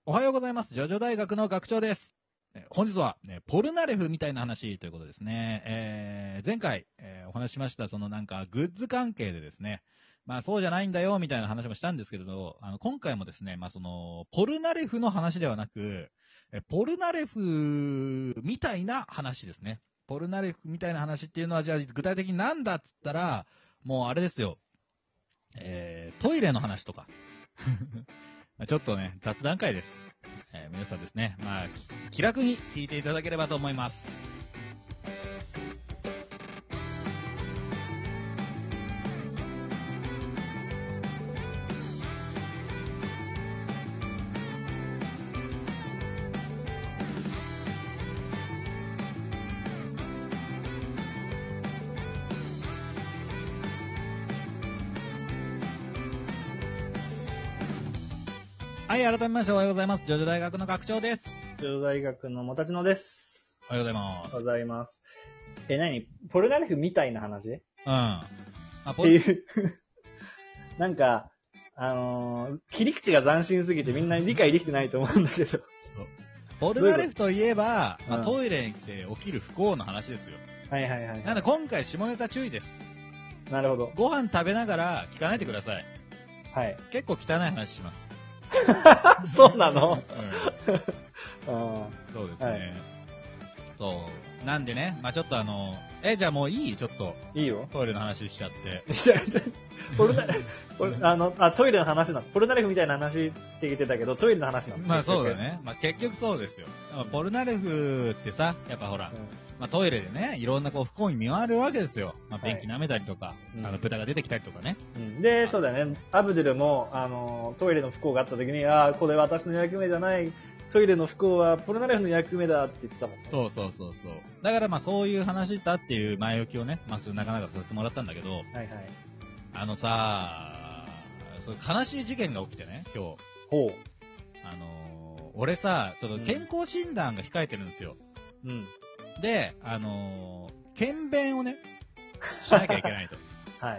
おはようございます。ジョジョ大学の学長です。本日は、ポルナレフみたいな話ということですね。前回、お話ししました、そのなんかグッズ関係でですね、まあそうじゃないんだよみたいな話もしたんですけれど、今回もですね、まあその、ポルナレフの話ではなく、ポルナレフみたいな話ですね。ポルナレフみたいな話っていうのは、じゃあ具体的になんだっつったら、もうあれですよ。トイレの話とか。ちょっとね、雑談会です。皆さんですね、まあ、気楽に聞いていただければと思います。はい、改めましておはようございます。ジョジョ大学の学長です。 ジョジョ大学のもたちのです。 おはようございます。 おはようございます。何ポルナレフみたいな話っていう。なんか、切り口が斬新すぎてみんな理解できてないと思うんだけど。そう。 ポルナレフといえば、まあ、トイレで起きる不幸の話ですよ。 はいはいはい。 なんで今回下ネタ注意です。 なるほど。 ご飯食べながら聞かないでください。 はい。 結構汚い話します。 そうなの、 そうですね。はい、そう。なんでね、まあちょっとじゃあもういいちょっと。 いいよ。 トイレの話しちゃって。 トイレの話なの。ポルナレフみたいな話って言ってたけど、トイレの話なの。 まあそうだね。まあ結局そうですよ。ポルナレフってさ、やっぱほら、まあトイレでね、いろんなこう不幸に見舞われるわけですよ。まあ便器舐めたりとか、豚が出てきたりとかね。 で、そうだよね。アブドゥルも、トイレの不幸があった時に、これ私の役目じゃない。トイレの不幸はポルナレフの役目だって言ってたもんね。 そう。だからまあそういう話だっていう前置きをね、まあなかなかさせてもらったんだけど、 はいはい。 そう悲しい事件が起きてね、今日。 ほう。 俺さ、ちょっと健康診断が控えてるんですよ。 うん。 で、検便をね、しなきゃいけないと。 はい。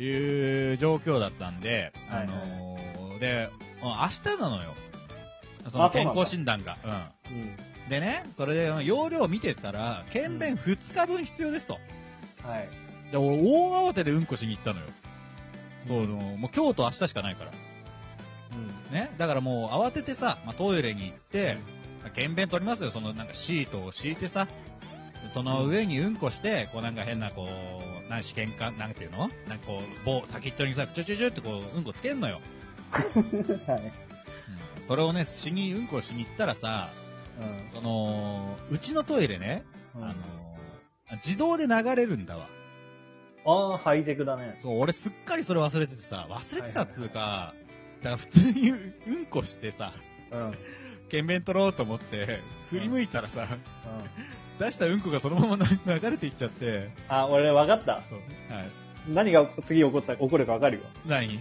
いう状況だったんで、で、明日なのよ。その健康診断が。うん。でね、それで容量を見てたら、検便2日分必要ですと。 はい。 で、俺大慌てでうんこしに行ったのよ。もう今日と明日しかないから。ね。だからもう慌ててさ、まあ、トイレに行って、検便取りますよ。そのなんかシートを敷いてさ、その上にうんこして、こうなんか変なこう、試験管、なんていうのなんかこう、先っちょにさ、ちょってこう、うんこつけんのよ。 はい。 それをね、うんこしに行ったらさ、うちのトイレね、自動で流れるんだわ。 ハイテクだね。 そう、俺すっかりそれ忘れててさ、忘れてたっつうか、だから普通にうんこしてさ、検便取ろうと思って、振り向いたらさ、出したうんこがそのまま流れていっちゃって。 俺分かった。そう。はい。何が次起こるか分かるよ。 何？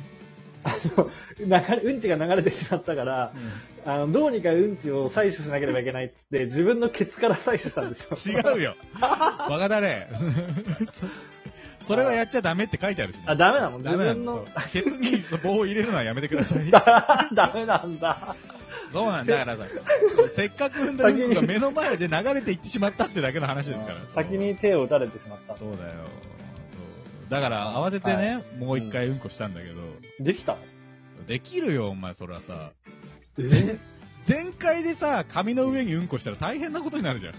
うんちが流れてしまったから、どうにかうんちを採取しなければいけないっつって、自分のケツから採取したんでしょ。 違うよ。バカだね。それはやっちゃダメって書いてあるし、ね。 ダメなの？自分の。 ケツに棒を入れるのはやめてください。 ダメなんだ。 そうなんだからさ、せっかく踏んだうんこが目の前で流れていってしまったってだけの話ですから。 先に手を打たれてしまった。 そうだよ。だから慌ててね、もう一回うんこしたんだけど。 できた？ できるよ、お前、それはさ。全開でさ、紙の上にうんこしたら大変なことになるじゃん。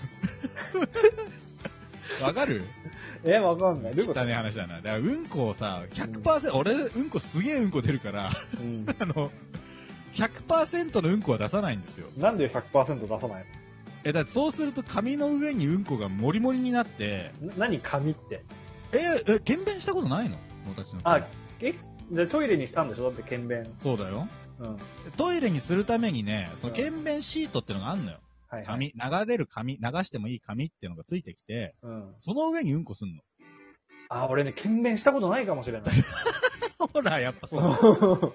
わかる？ わかんない。 汚い話だな。だからうんこをさ、100%、俺、うんこすげえうんこ出るから、100% のうんこは出さないんですよ。 なんで 100% 出さないの？ だってそうすると紙の上にうんこがモリモリになって。 何紙って？ 検便したことないの？私の。 で、トイレにしたんでしょ？だって検便。 そうだよ。トイレにするためにね、その検便シートってのがあんのよ。紙、流れる紙、流してもいい紙っていうのがついてきて、その上にうんこすんの。 俺ね、検便したことないかもしれない。 ほら、やっぱそう。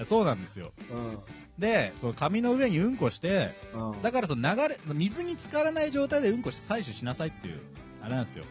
そうなんですよ。で、その紙の上にうんこして、だからその水に浸からない状態でうんこ採取しなさいっていう、あれなんですよ。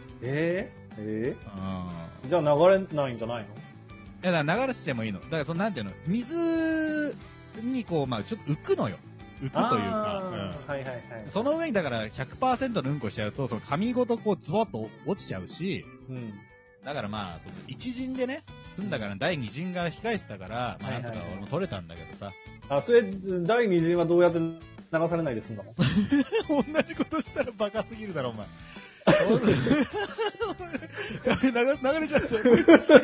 じゃあ流れないんじゃないの？ だから流してもいいの。だからそのなんていうの、水にこう、まあちょっと浮くのよ。 浮くというか、 はいはいはい。 その上にだから 100% のうんこしちゃうと、その髪ごとこうズボッと落ちちゃうし、だからまあ、その一陣でね、済んだから第二陣が控えてたから、まあなんとか俺も取れたんだけどさ。 それ、第二陣はどうやって流されないで済んだの同じことしたらバカすぎるだろ、お前。流れちゃった。流れちゃった。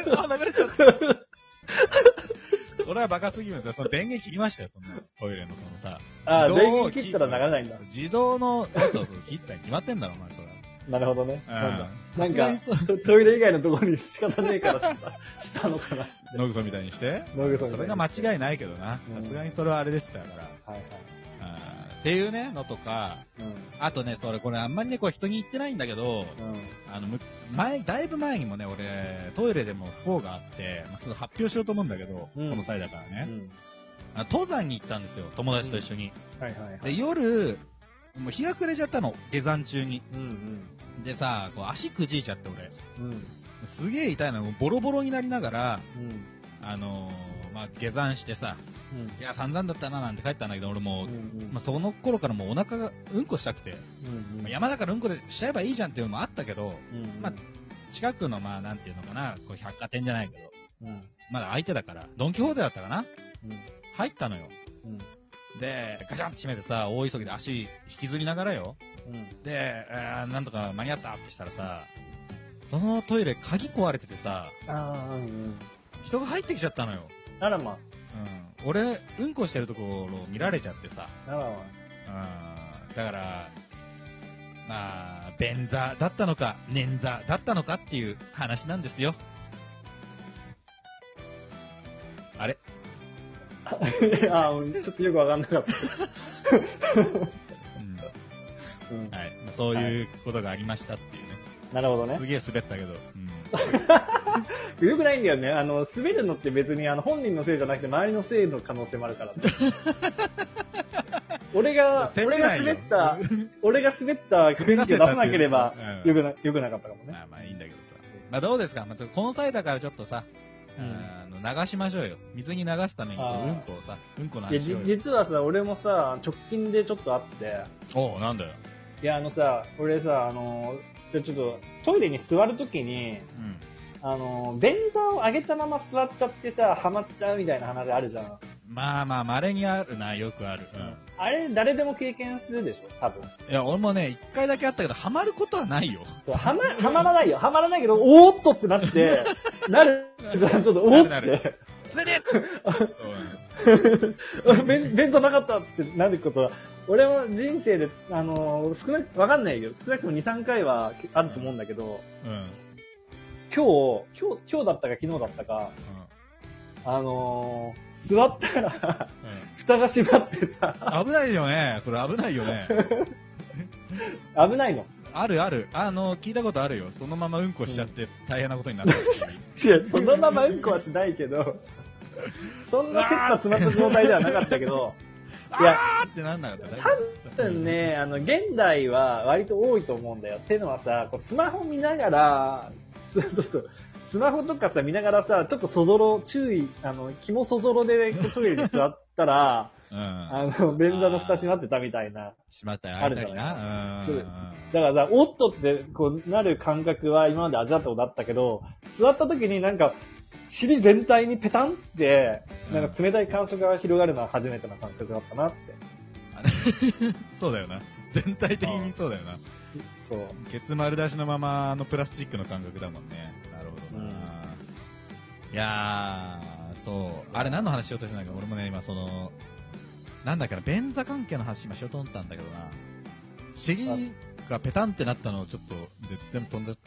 それはバカすぎるんだよ。その電源切りましたよ、そんな。トイレのそのさ。 電源切ったら流れないんだ。 自動のやつを切ったに決まってんだろ、お前、それは。 なるほどね。なんか、トイレ以外のところに仕方ねえからしたのかな。 野草みたいにして野草みたいにして。 それが間違いないけどな。さすがにそれはあれでしたから。 はいはい。 っていうね、のとか、あとね、これあんまりね、こう人に言ってないんだけど、だいぶ前にもね、俺、トイレでも不幸があって、ちょっと発表しようと思うんだけど、この際だからね。登山に行ったんですよ、友達と一緒に。で、夜、もう日が暮れちゃったの、下山中に。でさ、こう足くじいちゃって俺。すげえ痛いの、ボロボロになりながら、下山してさ、いや、散々だったななんて帰ったんだけど、俺もその頃からもうお腹がうんこしたくて、山だからうんこでしちゃえばいいじゃんっていうのもあったけど、近くのなんていうのかな、こう百貨店じゃないけど、まだ相手だから、ドンキホーテだったかな、入ったのよ。で、ガチャンって閉めてさ、大急ぎで足引きずりながらよ。で、なんとか間に合ったってしたらさ、そのトイレ鍵壊れててさ、人が入ってきちゃったのよ。 あらま。 俺、うんこしてるところを見られちゃってさ。 あらま。 だから、便座だったのか、捻座だったのかっていう話なんですよ。あれちょっとよくわかんなかった。 はい。そういうことがありましたっていうね。 なるほどね。 すげえ滑ったけど。 よくないんだよね。滑るのって別に本人のせいじゃなくて周りのせいの可能性もあるからね。俺が滑った雰囲気を出さなければよくなかったかもね。 まあいいんだけどさ。どうですか、この際だからちょっとさ、流しましょうよ。水に流すためにうんこをさ、うんこの話を。 実はさ、俺もさ、直近でちょっとあって。 なんだよ。 いや、俺さ、ちょっとトイレに座るときに、便座を上げたまま座っちゃってさ、はまっちゃうみたいな話あるじゃん。 稀にあるな、よくある。 あれ、誰でも経験するでしょ、多分。 いや、俺もね、一回だけあったけど、ハマることはないよ。 はまらないよ。はまらないけど、おーっとってなって、ちょっと、おーって。 連れてそう便座なかったってなることは、俺も人生で、わかんないけど、少なくとも2、3回はあると思うんだけど、今日だったか昨日だったか、座ったら、蓋が閉まってた。 危ないよね。それ危ないよね。 危ないの？ ある。聞いたことあるよ。そのままうんこしちゃって大変なことになった。 違う、そのままうんこはしないけど、そんな切羽詰まった状態ではなかったけど、 いや、ってなんなかった。 多分ね、現代は割と多いと思うんだよ。っていうのはさ、スマホ見ながら、スマホとかさ、見ながらさ、ちょっと肝そぞろでトイレに座ったら、便座の蓋閉まってたみたいな。 閉まったりあるじゃない。 だからさ、おっとってこうなる感覚は今まで味わったことあったけど、座った時になんか、尻全体にペタンって、なんか冷たい感触が広がるのは初めての感覚だったなって。 そうだよな。全体的にそうだよな。 そう。 ケツ丸出しのままプラスチックの感覚だもんね。なるほどな。いやー、そう。あれ何の話しようとしてないか、俺もね、今なんだっけな、便座関係の話今しようと思ったんだけどな。尻がペタンってなったのをちょっと、全部飛んじゃった。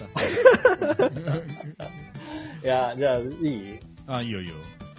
いや、じゃあ、いい？ いいよいいよ。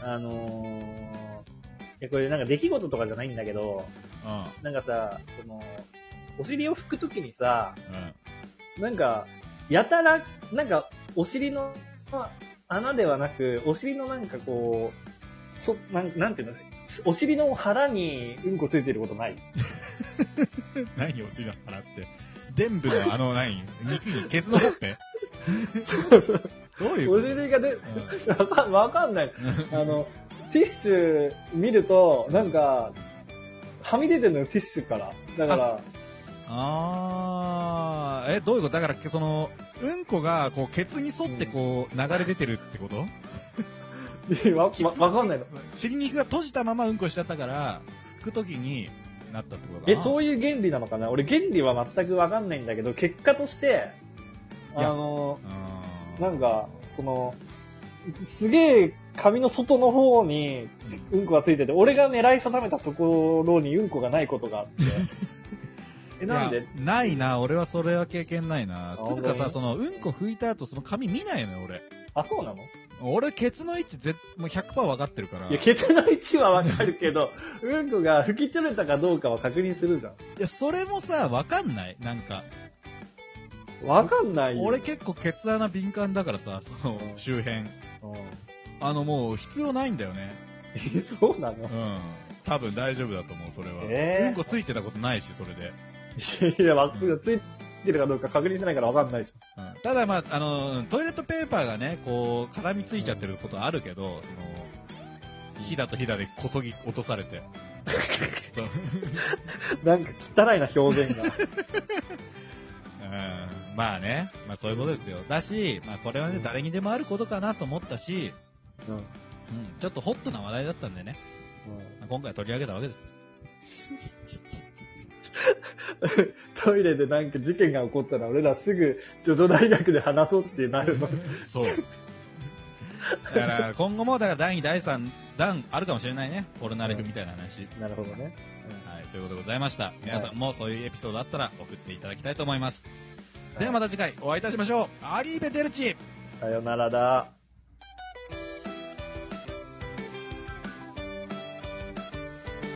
これなんか出来事とかじゃないんだけど、なんかさ、お尻を拭くときにさ、なんか、やたら、なんか、お尻の穴ではなく、お尻のなんかこう、なんていうの、お尻の腹にうんこついてることない？ 何お尻の腹って。臀部の肉に、ケツのほっぺどういうこと？ お尻がわかんない。ティッシュ見ると、なんか、 はみ出てるのよ、ティッシュから。だから。 どういうことだから、うんこが、こう、ケツに沿ってこう、流れ出てるってことわかんないの。 尻肉が閉じたままうんこしちゃったから、拭くときになったってことかな。 そういう原理なのかな？俺原理は全くわかんないんだけど、結果として、なんか、すげえ髪の外の方にうんこがついてて、俺が狙い定めたところにうんこがないことがあって。なんで？ ないな、俺はそれは経験ないな。つうかさ、うんこ拭いた後、その髪見ないのよ、俺。 あ、そうなの？ 俺、ケツの位置もう 100% 分かってるから。 いや、ケツの位置は分かるけど、うんこが拭き取れたかどうかは確認するじゃん。いや、それもさ、分かんないなんか。 分かんないよ。 俺結構ケツ穴敏感だからさ、周辺。もう必要ないんだよね。 そうなの？ うん。多分大丈夫だと思う、それは。うんこついてたことないし、それで。 いや、ついてるかどうか確認してないから分かんないでしょ。 ただまあ、トイレットペーパーがね、こう、絡みついちゃってることはあるけど、ひだとひだでこそぎ落とされて。そう。 なんか汚いな、表現が。 まあね、まあそういうことですよ。だし、まあこれはね、誰にでもあることかなと思ったし、ちょっとホットな話題だったんでね、今回取り上げたわけです。 トイレでなんか事件が起こったら俺らすぐジョジョ大学で話そうってなるの。 そう。だから今後もだから第2、第3弾あるかもしれないね。ポルナレフみたいな話。 なるほどね。 はい、ということでございました。皆さんもそういうエピソードあったら送っていただきたいと思います。ではまた次回お会いいたしましょう。アリーベデルチ。 さよならだ。